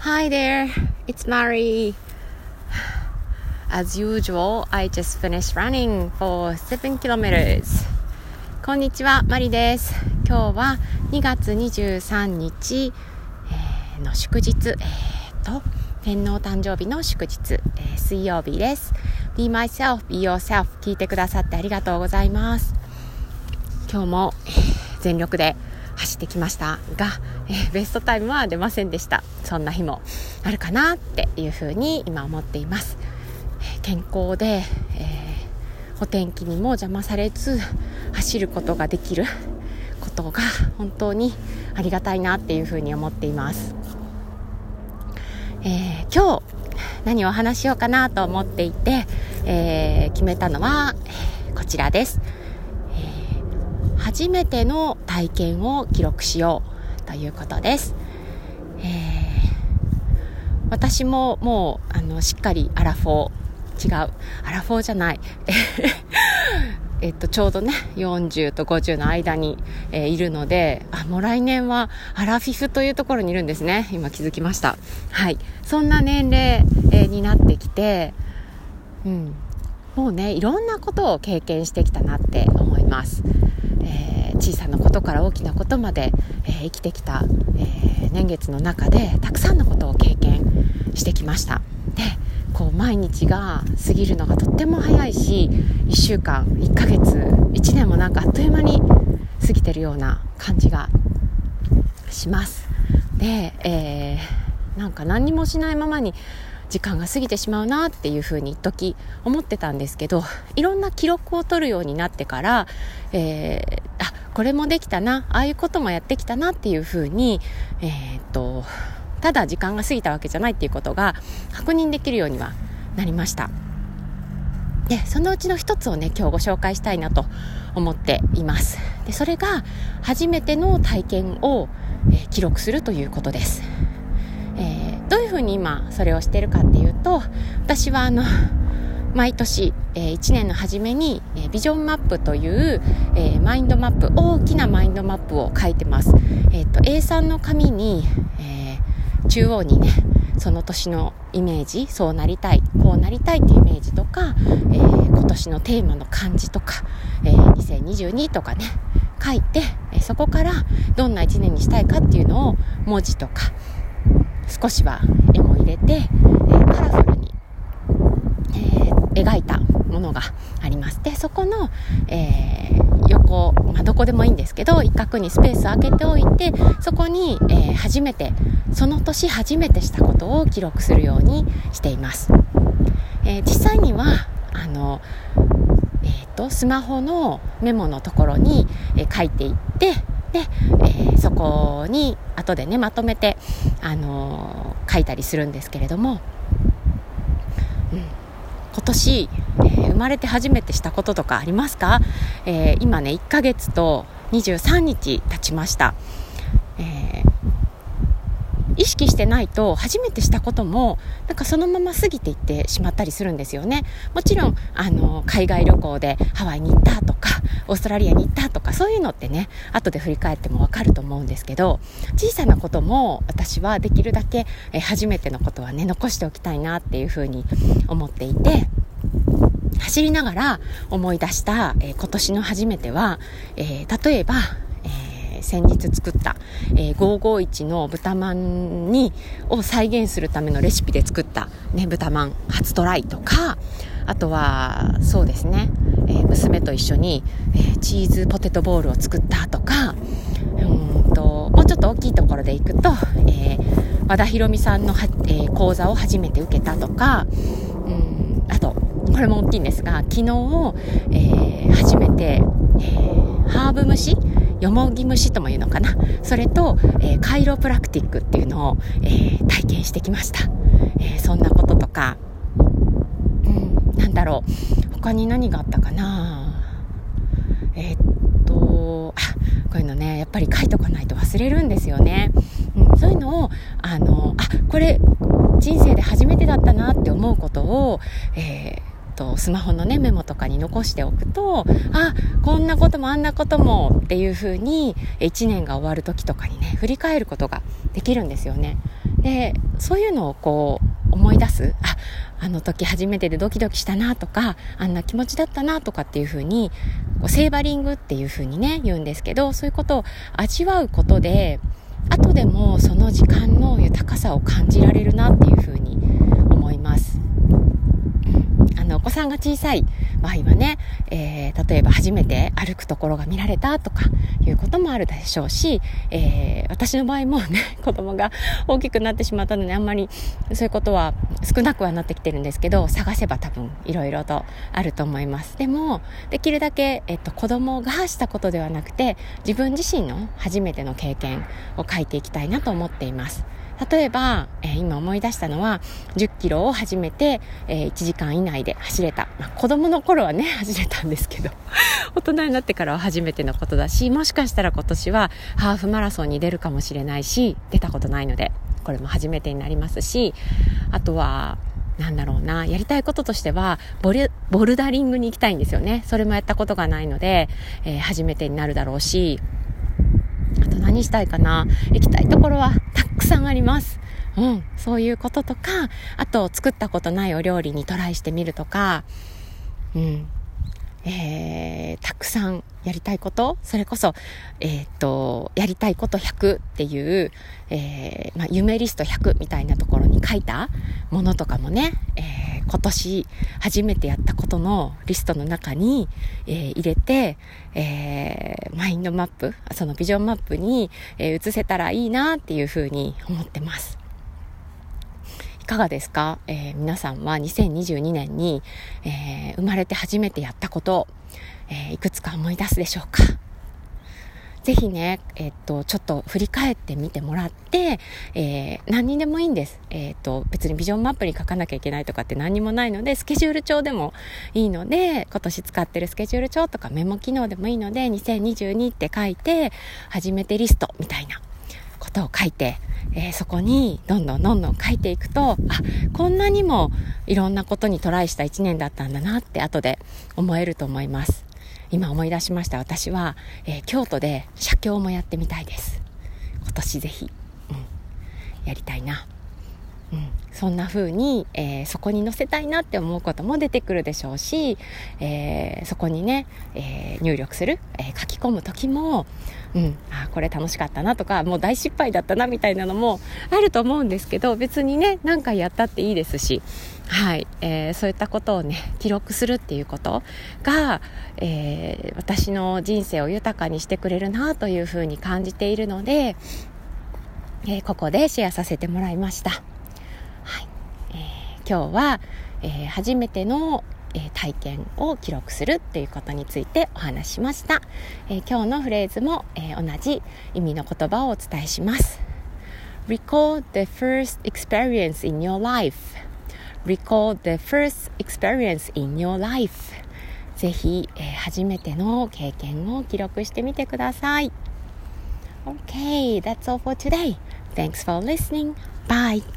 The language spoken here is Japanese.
Hi there, it's Mari. As usual, I just finished running for 7 kilometers. こんにちは、マリです。今日は2月23日、の祝日、天皇誕生日の祝日、水曜日です。Be myself, be yourself 聞いてくださってありがとうございます。今日も、全力で走ってきましたが、ベストタイムは出ませんでした。そんな日もあるかなっていうふうに今思っています。健康で、お天気にも邪魔されず走ることができることが本当にありがたいなっていうふうに思っています。今日何を話しようかなと思っていて、決めたのは、こちらです。初めての体験を記録しようということです。私ももうしっかりアラフォーじゃないちょうどね40と50の間に、いるので、もう来年はアラフィフというところにいるんですね。今気づきました。はい、そんな年齢、になってきて、もうねいろんなことを経験してきたなって思います。小さなことから大きなことまで、生きてきた、年月の中でたくさんのことを経験してきました。でこう毎日が過ぎるのがとっても早いし、1週間1ヶ月1年もなんかあっという間に過ぎてるような感じがします。で、なんか何にもしないままに時間が過ぎてしまうなっていうふうに一時思ってたんですけど、いろんな記録を取るようになってから、これもできたな、ああいうこともやってきたなっていうふうに、ただ時間が過ぎたわけじゃないっていうことが確認できるようにはなりました。でそのうちの一つをね今日ご紹介したいなと思っています。でそれが初めての体験を、記録するということです。どういうふうに今それをしているかっていうと、私は毎年、1年の初めに、ビジョンマップという、マインドマップ、大きなマインドマップを書いてます。A3 の紙に、中央にねその年のイメージ、そうなりたいこうなりたいっていうイメージとか、今年のテーマの漢字とか、2022とかね書いて、そこからどんな1年にしたいかっていうのを文字とか少しは絵も入れて、カラフルに、描いたものがあります。でそこの、横、どこでもいいんですけど一角にスペースを空けておいて、そこに、その年初めてしたことを記録するようにしています。実際にはスマホのメモのところに、書いていって、で、そこに後でねまとめて、書いたりするんですけれども、今年、生まれて初めてしたこととかありますか？今ね1ヶ月と23日経ちました。意識してないと初めてしたこともなんかそのまま過ぎていってしまったりするんですよね。もちろん海外旅行でハワイに行ったとかオーストラリアに行ったとかそういうのってね後で振り返っても分かると思うんですけど、小さなことも私はできるだけ、初めてのことはね残しておきたいなっていうふうに思っていて、走りながら思い出した、今年の初めては、例えば先日作った、551の豚まんを再現するためのレシピで作った、豚まん初トライとか、あとはそうですね、娘と一緒に、チーズポテトボールを作ったとか、もうちょっと大きいところでいくと、和田博美さんの講座を初めて受けたとか、あとこれも大きいんですが昨日、初めて、ハーブ蒸しよもぎ蒸しともいうのかな、それと、カイロプラクティックっていうのを、体験してきました。そんなこととか、なんだろう他に何があったかな。こういうのねやっぱり書いとかないと忘れるんですよね。そういうのをこれ人生で初めてだったなって思うことを、スマホのねメモとかに残しておくと、こんなこともあんなこともっていう風に1年が終わる時とかにね振り返ることができるんですよね。 でそういうのをこう思い出す、あの時初めてでドキドキしたなとか、あんな気持ちだったなとかっていう風にこうセーバリングっていう風にね言うんですけど、そういうことを味わうことで後でもその時間の豊かさを感じられるなっていう風に思います。お子さんが小さい場合はね、例えば初めて歩くところが見られたとかいうこともあるでしょうし、私の場合もね子供が大きくなってしまったのであんまりそういうことは少なくはなってきてるんですけど、探せば多分いろいろとあると思います。でもできるだけ、子供がしたことではなくて自分自身の初めての経験を書いていきたいなと思っています。例えば、今思い出したのは10キロを初めて、1時間以内で走れた、子供の頃はね走れたんですけど大人になってからは初めてのことだし、もしかしたら今年はハーフマラソンに出るかもしれないし、出たことないのでこれも初めてになりますし、あとはなんだろうな、やりたいこととしてはボルダリングに行きたいんですよね。それもやったことがないので、初めてになるだろうし、あと何したいかな、行きたいところはたくさんあります。そういうこととか、あと作ったことないお料理にトライしてみるとか、たくさんやりたいこと、それこそ、やりたいこと100っていう、夢リスト100みたいなところに書いたものとかもね、今年初めてやったことのリストの中に、入れて、マインドマップ、そのビジョンマップに、移せたらいいなっていうふうに思ってます。いかがですか？皆さんは2022年に、生まれて初めてやったことを、いくつか思い出すでしょうか？ぜひね、ちょっと振り返ってみてもらって、何にでもいいんです。別にビジョンマップに書かなきゃいけないとかって何にもないので、スケジュール帳でもいいので、今年使ってるスケジュール帳とかメモ機能でもいいので、2022って書いて、初めてリストみたいなことを書いて、そこにどんどん書いていくと、こんなにもいろんなことにトライした1年だったんだなって後で思えると思います。今思い出しました。私は、京都で写経もやってみたいです。今年ぜひ、やりたいな。そんな風に、そこに載せたいなって思うことも出てくるでしょうし、そこにね、入力する、書き込む時も、これ楽しかったなとか、もう大失敗だったなみたいなのもあると思うんですけど、別にね何回やったっていいですし、そういったことをね記録するっていうことが、私の人生を豊かにしてくれるなというふうに感じているので、ここでシェアさせてもらいました。今日は、初めての、体験を記録するっていうことについてお話ししました。今日のフレーズも、同じ意味の言葉をお伝えします。 Recall the first experience in your life。Recall the first experience in your life。 ぜひ、初めての経験を記録してみてください。Okay, that's all for today. Thanks for listening. Bye.